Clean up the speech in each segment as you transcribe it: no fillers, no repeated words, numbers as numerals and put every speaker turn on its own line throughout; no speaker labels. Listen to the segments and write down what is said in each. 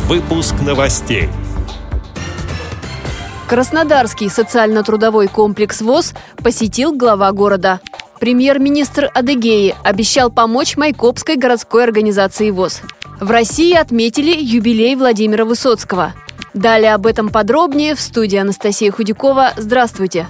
Выпуск новостей.
Краснодарский социально-трудовой комплекс ВОС посетил глава города. Премьер-министр Адыгеи обещал помочь Майкопской городской организации ВОС. В России отметили юбилей Владимира Высоцкого. Далее об этом подробнее в студии Анастасия Худякова. Здравствуйте!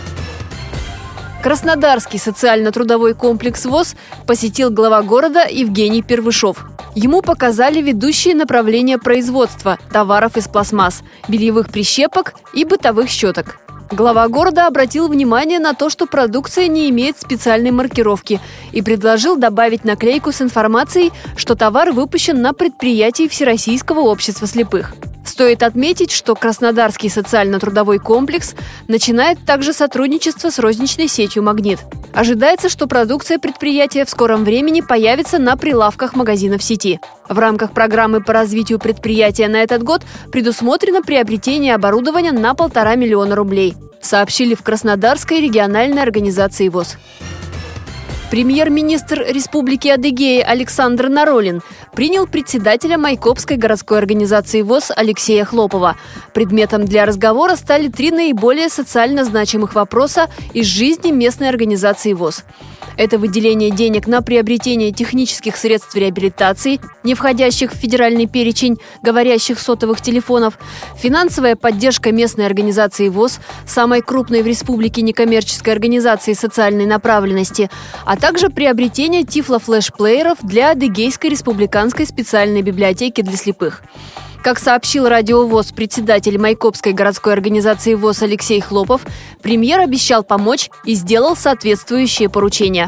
Краснодарский социально-трудовой комплекс ВОС посетил глава города Евгений Первышов. Ему показали ведущие направления производства товаров из пластмасс, бельевых прищепок и бытовых щеток. Глава города обратил внимание на то, что продукция не имеет специальной маркировки, и предложил добавить наклейку с информацией, что товар выпущен на предприятии Всероссийского общества слепых. Стоит отметить, что Краснодарский социально-трудовой комплекс начинает также сотрудничество с розничной сетью «Магнит». Ожидается, что продукция предприятия в скором времени появится на прилавках магазинов сети. В рамках программы по развитию предприятия на этот год предусмотрено приобретение оборудования на 1,5 миллиона рублей, сообщили в Краснодарской региональной организации ВОС. Премьер-министр Республики Адыгея Александр Наролин принял председателя Майкопской городской организации ВОС Алексея Хлопова. Предметом для разговора стали 3 наиболее социально значимых вопроса из жизни местной организации ВОС. Это выделение денег на приобретение технических средств реабилитации, не входящих в федеральный перечень говорящих сотовых телефонов, финансовая поддержка местной организации ВОС, самой крупной в республике некоммерческой организации социальной направленности, а также приобретение тифлофлешплееров для Адыгейской республиканской специальной библиотеки для слепых. Как сообщил Радио ВОС председатель Майкопской городской организации ВОС Алексей Хлопов, премьер обещал помочь и сделал соответствующие поручения.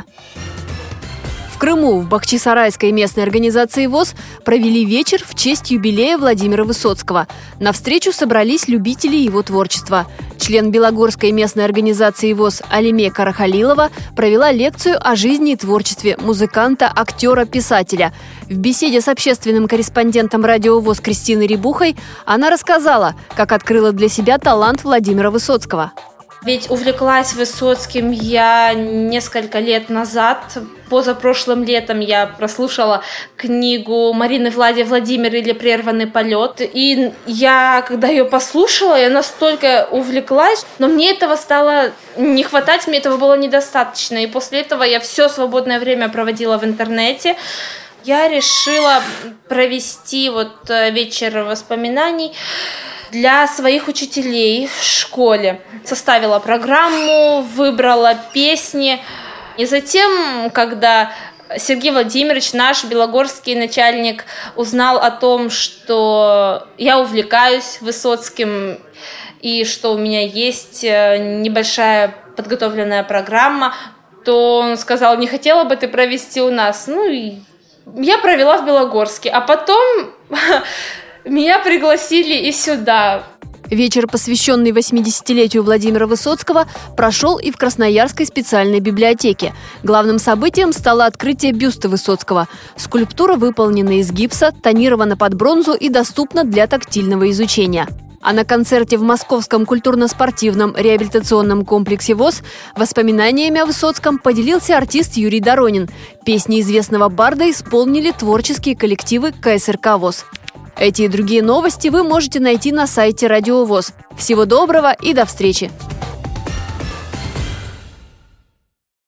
В Крыму в Бахчисарайской местной организации ВОС провели вечер в честь юбилея Владимира Высоцкого. На встречу собрались любители его творчества. Член Белогорской местной организации ВОС Алиме Карахалилова провела лекцию о жизни и творчестве музыканта, актера, писателя. В беседе с общественным корреспондентом Радио ВОС Кристиной Рябухой она рассказала, как открыла для себя талант Владимира Высоцкого.
Ведь увлеклась Высоцким я несколько лет назад. Позапрошлым летом я прослушала книгу Марины Владимир или «Прерванный полет». И я, когда ее послушала, я настолько увлеклась, но мне этого стало не хватать, мне этого было недостаточно. И после этого я все свободное время проводила в интернете. Я решила провести вечер воспоминаний для своих учителей в школе. Составила программу, выбрала песни. И затем, когда Сергей Владимирович, наш белогорский начальник, узнал о том, что я увлекаюсь Высоцким и что у меня есть небольшая подготовленная программа, то он сказал: не хотела бы ты провести у нас? И я провела в Белогорске, а потом меня пригласили и сюда.
Вечер, посвященный 80-летию Владимира Высоцкого, прошел и в Красноярской специальной библиотеке. Главным событием стало открытие бюста Высоцкого. Скульптура выполнена из гипса, тонирована под бронзу и доступна для тактильного изучения. А на концерте в Московском культурно-спортивном реабилитационном комплексе ВОС воспоминаниями о Высоцком поделился артист Юрий Доронин. Песни известного барда исполнили творческие коллективы КСРК ВОС. Эти и другие новости вы можете найти на сайте Радио ВОС. Всего доброго и до встречи!